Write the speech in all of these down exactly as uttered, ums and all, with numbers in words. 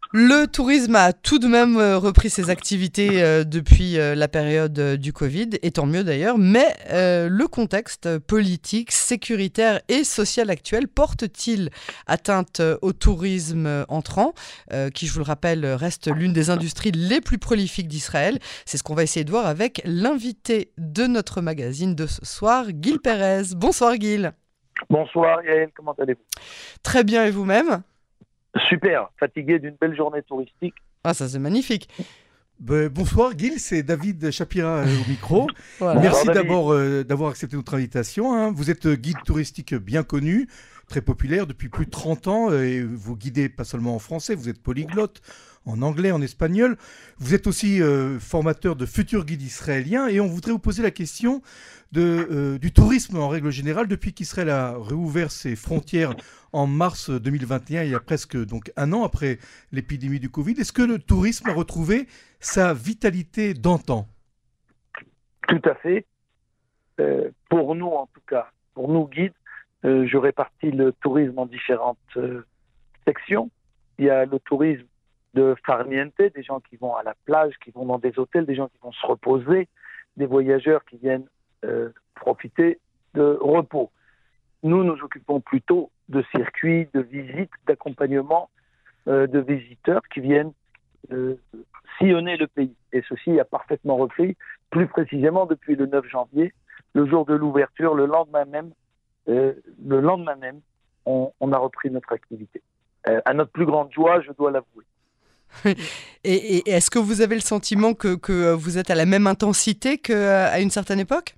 Le tourisme a tout de même euh, repris ses activités euh, depuis euh, la période euh, du Covid, et tant mieux d'ailleurs, mais euh, le contexte politique, sécuritaire et social actuel porte-t-il atteinte euh, au tourisme euh, entrant, euh, qui, je vous le rappelle, reste l'une des industries les plus prolifiques d'Israël? C'est ce qu'on va essayer de voir avec l'invité de notre magazine de ce soir, Gil Pérez. Bonsoir Gil. Bonsoir Yael, comment allez-vous? Très bien, et vous-même? Super, fatigué d'une belle journée touristique. Ah, ça c'est magnifique. Ben, bonsoir Gil, c'est David Chapira euh, au micro. Voilà. Merci Bonsoir, David. d'abord euh, d'avoir accepté notre invitation, hein. Vous êtes euh, guide touristique bien connu, très populaire depuis plus de trente ans, euh, et vous guidez pas seulement en français, vous êtes polyglotte, en anglais, en espagnol. Vous êtes aussi euh, formateur de futurs guides israéliens, et on voudrait vous poser la question de, euh, du tourisme en règle générale. Depuis qu'Israël a réouvert ses frontières en mars deux mille vingt et un, il y a presque donc un an après l'épidémie du Covid, est-ce que le tourisme a retrouvé sa vitalité d'antan? Tout à fait. Euh, pour nous, en tout cas, pour nous guides, euh, je répartis le tourisme en différentes euh, sections. Il y a le tourisme de farniente, des gens qui vont à la plage, qui vont dans des hôtels, des gens qui vont se reposer, des voyageurs qui viennent euh, profiter de repos. Nous nous occupons plutôt de circuits, de visites, d'accompagnement euh, de visiteurs qui viennent euh, sillonner le pays. Et ceci a parfaitement repris, plus précisément depuis le neuf janvier, le jour de l'ouverture, le lendemain même, euh, le lendemain même, on, on a repris notre activité. Euh, à notre plus grande joie, je dois l'avouer. Et, et est-ce que vous avez le sentiment que, que vous êtes à la même intensité qu'à une certaine époque?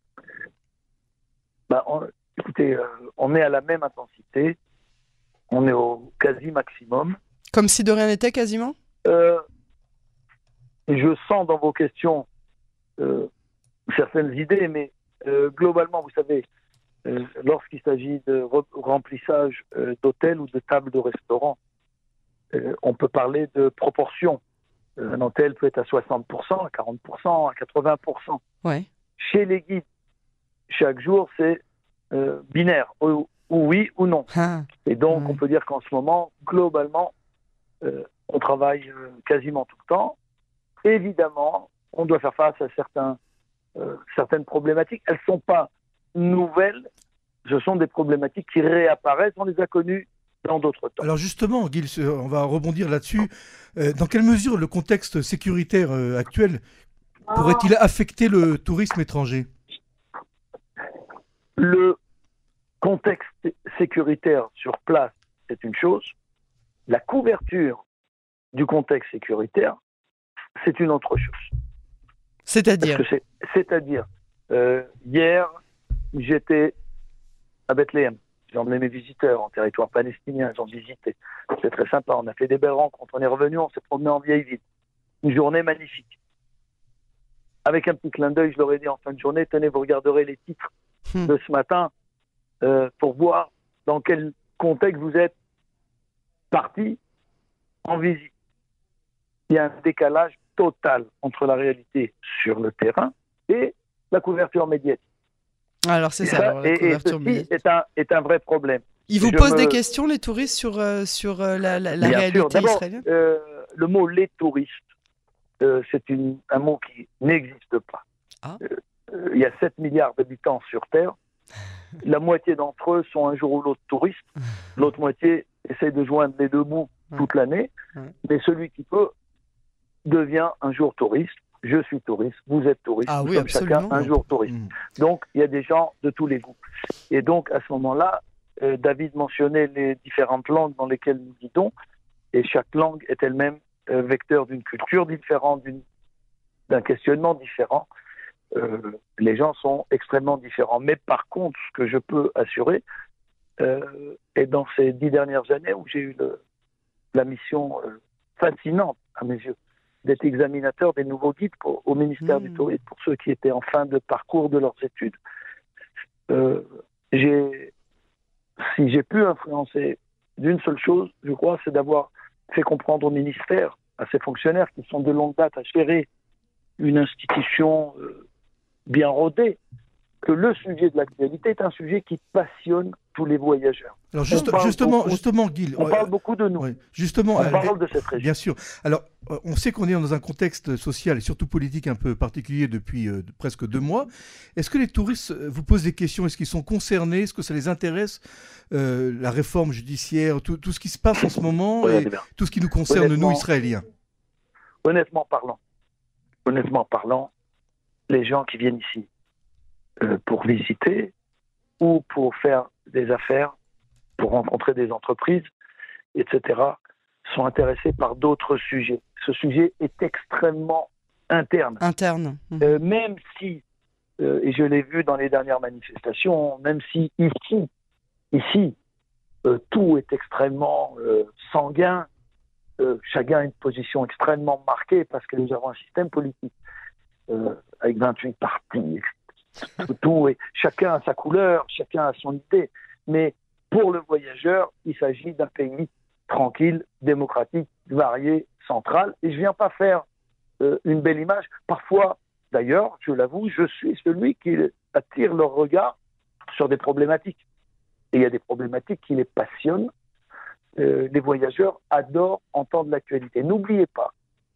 Bah, on, écoutez, euh, on est à la même intensité, on est au quasi maximum. Comme si de rien n'était quasiment? Euh, je sens dans vos questions euh, certaines idées, mais euh, globalement, vous savez, euh, lorsqu'il s'agit de re- remplissage euh, d'hôtels ou de tables de restaurants, euh, on peut parler de proportion. Euh, un hôtel peut être à soixante pour cent, à quarante pour cent, à quatre-vingts pour cent. Ouais. Chez les guides, chaque jour, c'est euh, binaire, ou, ou oui ou non. Ah, Et donc, ouais. on peut dire qu'en ce moment, globalement, euh, on travaille euh, quasiment tout le temps. Évidemment, on doit faire face à certains, euh, certaines problématiques. Elles ne sont pas nouvelles, ce sont des problématiques qui réapparaissent. On les a connues dans d'autres temps. Alors justement, Gil, on va rebondir là-dessus. Euh, dans quelle mesure le contexte sécuritaire euh, actuel pourrait-il affecter le tourisme étranger? Le contexte sécuritaire sur place, c'est une chose. La couverture du contexte sécuritaire, c'est une autre chose. C'est-à-dire? Parce que c'est, c'est-à-dire, euh, hier, j'étais à Bethléem. J'ai emmené mes visiteurs en territoire palestinien, ils ont visité. C'est très sympa, on a fait des belles rencontres. On est revenu, on s'est promené en vieille ville. Une journée magnifique. Avec un petit clin d'œil, je leur ai dit en fin de journée, tenez, vous regarderez les titres Hmm. de ce matin euh, pour voir dans quel contexte vous êtes partis en visite. Il y a un décalage total entre la réalité sur le terrain et la couverture médiatique. Alors c'est Et, ça, ça, alors, la et, et couverture ceci médiatique. est un, est un vrai problème. Ils vous Je posent me- des questions, les touristes, sur, euh, sur euh, la, la, la Bien réalité sûr. D'abord, israélienne? euh, le mot les touristes, euh, c'est une, un mot qui n'existe pas. Ah. Euh, euh, il y a sept milliards d'habitants sur Terre. La moitié d'entre eux sont un jour ou l'autre touristes. L'autre moitié essaie de joindre les deux bouts toute l'année. Ouais. Mais celui qui peut devient un jour touriste. Je suis touriste, vous êtes touriste, Ah nous oui, sommes chacun absolument. un jour touriste. Mmh. Donc, il y a des gens de tous les goûts. Et donc, à ce moment-là, euh, David mentionnait les différentes langues dans lesquelles nous guidons, et chaque langue est elle-même euh, vecteur d'une culture différente, d'une, d'un questionnement différent. Euh, les gens sont extrêmement différents. Mais par contre, ce que je peux assurer, euh, est dans ces dix dernières années où j'ai eu le, la mission euh, fascinante, à mes yeux, d'être examinateur des nouveaux guides pour, au ministère Mmh. du Tourisme, pour ceux qui étaient en fin de parcours de leurs études. Euh, j'ai, si j'ai pu influencer d'une seule chose, je crois, c'est d'avoir fait comprendre au ministère, à ces fonctionnaires qui sont de longue date à gérer une institution euh, bien rodée, que le sujet de l'actualité est un sujet qui passionne tous les voyageurs. Alors juste, justement, beaucoup, justement, Guy, on parle beaucoup de nous. Ouais, justement, on euh, parle de cette région. Bien sûr. Alors, on sait qu'on est dans un contexte social et surtout politique un peu particulier depuis euh, presque deux mois. Est-ce que les touristes vous posent des questions? Est-ce qu'ils sont concernés? Est-ce que ça les intéresse, euh, la réforme judiciaire, tout, tout ce qui se passe en ce moment ouais, et tout ce qui nous concerne, nous, Israéliens? Honnêtement parlant, honnêtement parlant, les gens qui viennent ici euh, pour visiter ou pour faire des affaires, pour rencontrer des entreprises, et cetera, sont intéressés par d'autres sujets. Ce sujet est extrêmement interne. Interne. Mmh. Euh, même si, euh, et je l'ai vu dans les dernières manifestations, même si ici, ici, euh, tout est extrêmement euh, sanguin, euh, chacun a une position extrêmement marquée parce que nous avons un système politique euh, avec vingt-huit partis, tout, tout, et chacun a sa couleur, chacun a son idée, mais pour le voyageur, il s'agit d'un pays tranquille, démocratique, varié, central. Et je ne viens pas faire euh, une belle image. Parfois, d'ailleurs, je l'avoue, je suis celui qui attire leur regard sur des problématiques. Et il y a des problématiques qui les passionnent. Euh, les voyageurs adorent entendre l'actualité. N'oubliez pas,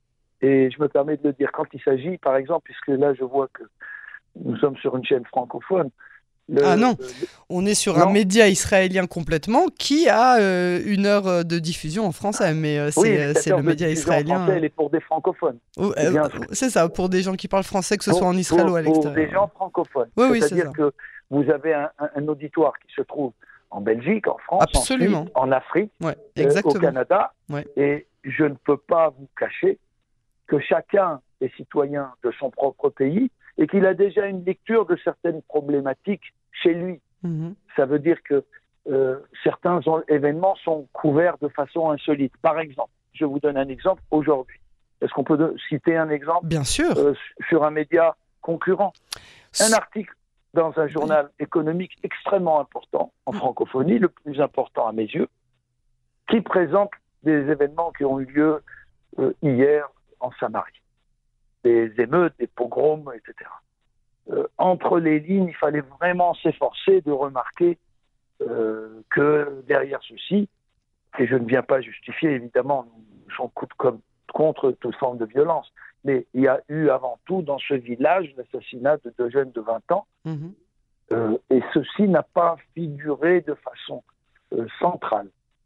et je me permets de le dire, quand il s'agit, par exemple, puisque là je vois que nous sommes sur une chaîne francophone, Le, ah non, le, on est sur non. un média israélien complètement qui a euh, une heure de diffusion en français, mais euh, c'est oui, le média israélien. En français, elle est pour des francophones. Oh, euh, c'est ça, pour des gens qui parlent français, que ce pour, soit en Israël pour, ou à l'extérieur. Pour des gens francophones. Oui, oui, c'est-à-dire que vous avez un, un, un auditoire qui se trouve en Belgique, en France, Absolument. en, Suisse, en Afrique, ouais, euh, au Canada, ouais. et je ne peux pas vous cacher que chacun est citoyen de son propre pays et qu'il a déjà une lecture de certaines problématiques chez lui. Mmh. Ça veut dire que euh, certains événements sont couverts de façon insolite. Par exemple, je vous donne un exemple aujourd'hui. Est-ce qu'on peut citer un exemple? Bien sûr. Euh, sur un média concurrent. Un article dans un journal oui. économique extrêmement important en francophonie, le plus important à mes yeux, qui présente des événements qui ont eu lieu euh, hier en Samarie. Des émeutes, des pogroms, et cetera. Euh, entre les lignes, il fallait vraiment s'efforcer de remarquer euh, que derrière ceci, et je ne viens pas justifier, évidemment, nous sommes comme contre toute forme de violence, mais il y a eu avant tout dans ce village l'assassinat de deux jeunes de vingt ans, mmh. euh, et ceci n'a pas figuré de façon euh, centrale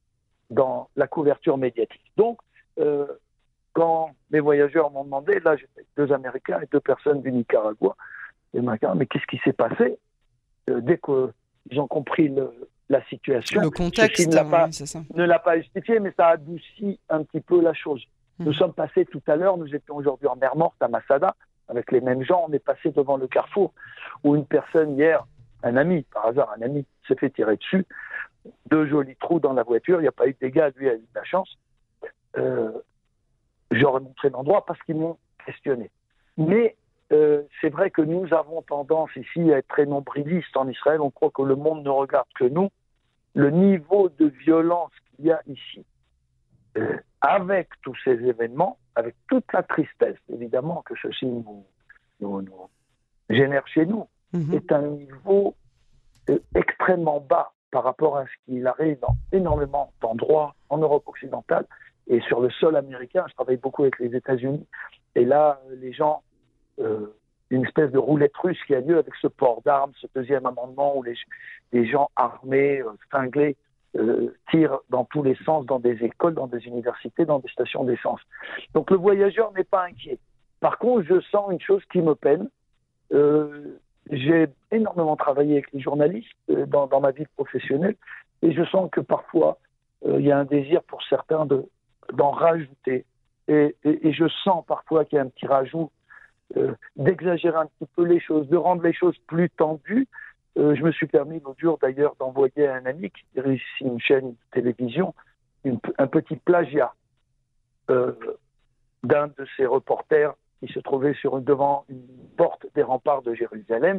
dans la couverture médiatique. Donc, euh, quand les voyageurs m'ont demandé, là j'étais deux Américains et deux personnes du Nicaragua, mais qu'est-ce qui s'est passé euh, dès qu'ils ont compris le, la situation? Le contexte, ne l'a pas, oui, c'est ça. ne l'a pas justifié, mais ça adoucit un petit peu la chose. Mmh. Nous sommes passés tout à l'heure, nous étions aujourd'hui en mer Morte à Masada, avec les mêmes gens, on est passé devant le carrefour, où une personne hier, un ami, par hasard, un ami, s'est fait tirer dessus, deux jolis trous dans la voiture, il n'y a pas eu de dégâts, lui a eu de la chance. Euh, J'aurais montré l'endroit parce qu'ils m'ont questionné. Mais Euh, c'est vrai que nous avons tendance ici à être très nombrilistes en Israël. On croit que le monde ne regarde que nous. Le niveau de violence qu'il y a ici, euh, avec tous ces événements, avec toute la tristesse, évidemment, que ceci nous, nous, nous génère chez nous, mmh. est un niveau euh, extrêmement bas par rapport à ce qu'il arrive dans énormément d'endroits en Europe occidentale et sur le sol américain. Je travaille beaucoup avec les États-Unis. Et là, les gens... Euh, une espèce de roulette russe qui a lieu avec ce port d'armes, ce deuxième amendement où les, les gens armés, euh, cinglés, euh, tirent dans tous les sens, dans des écoles, dans des universités, dans des stations d'essence. Donc le voyageur n'est pas inquiet. Par contre, je sens une chose qui me peine. Euh, j'ai énormément travaillé avec les journalistes euh, dans, dans ma vie professionnelle et je sens que parfois, euh, il y a un désir pour certains de, d'en rajouter. Et, et, et je sens parfois qu'il y a un petit rajout Euh, d'exagérer un petit peu les choses, de rendre les choses plus tendues. Euh, je me suis permis l'autre jour d'ailleurs d'envoyer à un ami qui dirige ici une chaîne de télévision une, un petit plagiat euh, d'un de ses reporters qui se trouvait sur, devant une porte des remparts de Jérusalem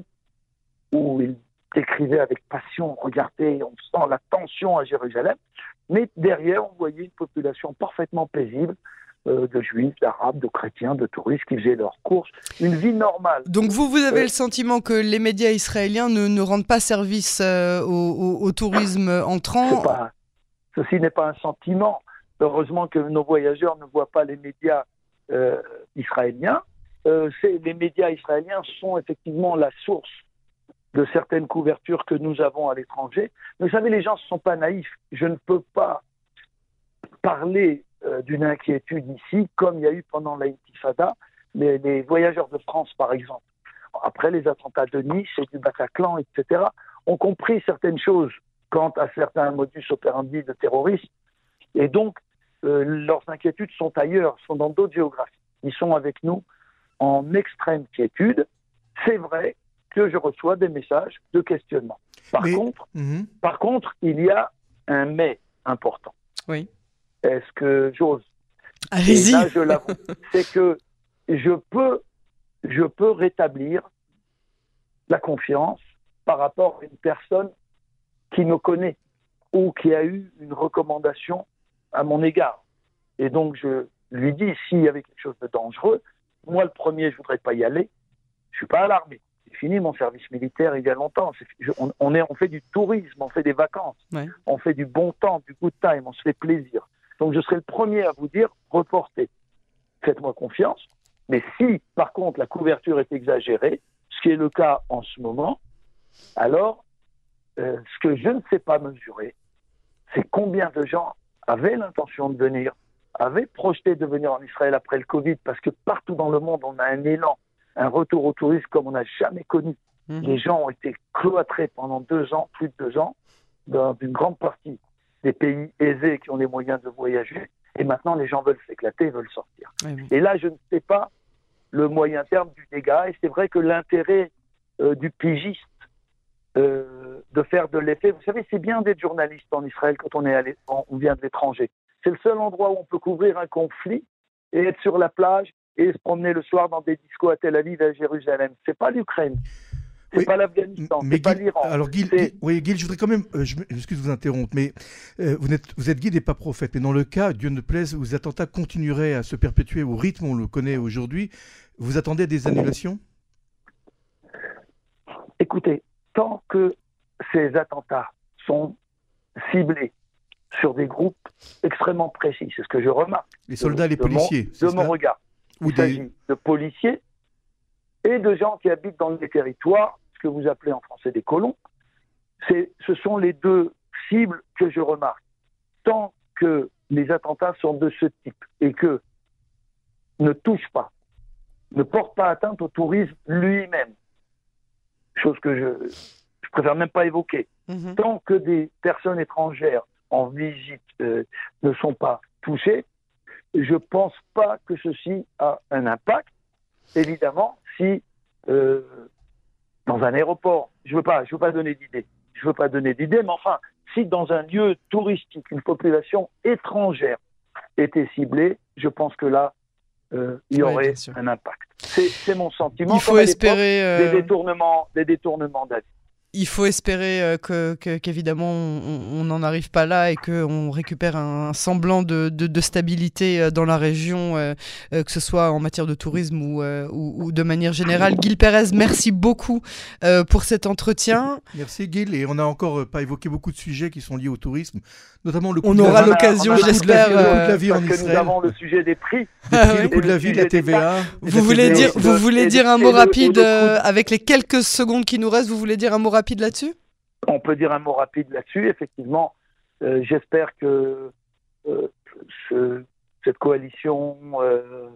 où il décrivait avec passion, regardez, on sent la tension à Jérusalem, mais derrière on voyait une population parfaitement paisible euh, de juifs, d'arabes, de chrétiens, de touristes qui faisaient leurs courses, une vie normale. Donc vous, vous avez Euh, le sentiment que les médias israéliens ne, ne rendent pas service euh, au, au, au tourisme entrant? C'est pas, ceci n'est pas un sentiment. Heureusement que nos voyageurs ne voient pas les médias euh, israéliens. Euh, c'est, les médias israéliens sont effectivement la source de certaines couvertures que nous avons à l'étranger. Mais vous savez, les gens ne sont pas naïfs. Je ne peux pas parler euh, d'une inquiétude ici, comme il y a eu pendant l'intifada, les, les voyageurs de France, par exemple, après les attentats de Nice et du Bataclan, et cetera, ont compris certaines choses quant à certains modus operandi de terroristes. Et donc, euh, leurs inquiétudes sont ailleurs, sont dans d'autres géographies. Ils sont avec nous en extrême quiétude. C'est vrai que je reçois des messages de questionnement. Par, Mais... contre, mm-hmm. par contre, il y a un mais important. Oui. Est-ce que j'ose? Allez-y. Et là, je l'avoue. C'est que je peux, je peux rétablir la confiance par rapport à une personne qui me connaît ou qui a eu une recommandation à mon égard. Et donc, je lui dis, s'il y avait quelque chose de dangereux, moi, le premier, je ne voudrais pas y aller. Je ne suis pas à l'armée. J'ai fini mon service militaire il y a longtemps. C'est, je, on, on, est, on fait du tourisme, on fait des vacances, ouais. On fait du bon temps, du good time, on se fait plaisir. Donc, je serai le premier à vous dire, reportez. Faites-moi confiance. Mais si, par contre, la couverture est exagérée, ce qui est le cas en ce moment, alors, euh, ce que je ne sais pas mesurer, c'est combien de gens avaient l'intention de venir, avaient projeté de venir en Israël après le Covid, parce que partout dans le monde, on a un élan, un retour au tourisme comme on n'a jamais connu. Mmh. Les gens ont été cloîtrés pendant deux ans, plus de deux ans, dans une grande partie des pays aisés qui ont les moyens de voyager, et maintenant les gens veulent s'éclater, veulent sortir. Mmh. Et là, je ne sais pas le moyen terme du dégât, et c'est vrai que l'intérêt euh, du pigiste euh, de faire de l'effet, vous savez, c'est bien d'être journaliste en Israël quand on, est allé, on vient de l'étranger. C'est le seul endroit où on peut couvrir un conflit et être sur la plage et se promener le soir dans des discos à Tel Aviv et à Jérusalem. C'est pas l'Ukraine, c'est oui, pas l'Afghanistan, c'est pas l'Iran. Alors Guil, Guil, oui, Guil, je voudrais quand même, euh, je m'excuse de vous interrompre, mais euh, vous, êtes, vous êtes guide et pas prophète. Mais dans le cas, Dieu ne plaise, où les attentats continueraient à se perpétuer au rythme où on le connaît aujourd'hui, vous attendez des annulations? Écoutez, tant que ces attentats sont ciblés sur des groupes extrêmement précis, c'est ce que je remarque. Les soldats, de, les policiers. De mon, de mon regard. Ou Il des... s'agit de policiers et de gens qui habitent dans les territoires, ce que vous appelez en français des colons. C'est, ce sont les deux cibles que je remarque. Tant que les attentats sont de ce type et que ne touchent pas, ne portent pas atteinte au tourisme lui-même, chose que je je préfère même pas évoquer. Mmh. Tant que des personnes étrangères en visite euh, ne sont pas touchées, je ne pense pas que ceci a un impact. Évidemment, si euh, dans un aéroport, je ne veux pas, je veux pas donner d'idée, je veux pas donner d'idée, mais enfin, si dans un lieu touristique, une population étrangère était ciblée, je pense que là, euh, il y oui, aurait un impact. C'est, c'est mon sentiment. Il faut espérer euh... des détournements, des détournements d'avis. Il faut espérer euh, que, que, qu'évidemment on n'en arrive pas là et qu'on récupère un semblant de, de, de stabilité dans la région, euh, euh, que ce soit en matière de tourisme ou, euh, ou, ou de manière générale. Guil Pérez, merci beaucoup euh, pour cet entretien. Merci Guil, et on n'a encore pas évoqué beaucoup de sujets qui sont liés au tourisme, notamment le coût on de aura la l'occasion, on a, on a j'espère. Le coût de la vie en Israël. Nous avons le sujet des prix. Des prix, le coût de la vie, la T V A. Vous voulez dire, vous voulez dire un mot rapide, euh, avec les quelques secondes qui nous restent, vous voulez dire un mot rapide là-dessus ? On peut dire un mot rapide là-dessus. Effectivement, euh, j'espère que euh, ce, cette coalition euh,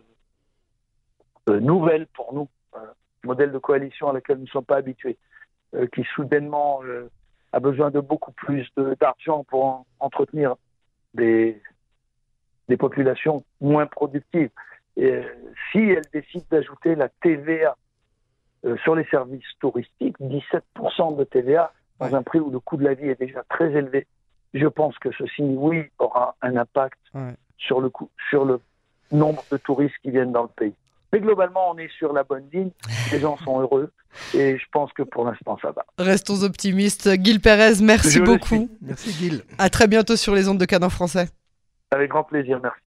euh, nouvelle pour nous, euh, modèle de coalition à laquelle nous ne sommes pas habitués, euh, qui soudainement euh, a besoin de beaucoup plus de, d'argent pour en, entretenir des, des populations moins productives. Et, euh, si elle décide d'ajouter la T V A euh, sur les services touristiques, dix-sept pour cent de T V A, dans ouais. un prix où le coût de la vie est déjà très élevé, je pense que ceci, oui, aura un impact ouais. sur le coût, sur le nombre de touristes qui viennent dans le pays. Mais globalement, on est sur la bonne ligne, les gens sont heureux, et je pense que pour l'instant, ça va. Restons optimistes. Guil Pérez, merci je beaucoup. Merci Guil. À très bientôt sur les ondes de Cannes en français. Avec grand plaisir, merci.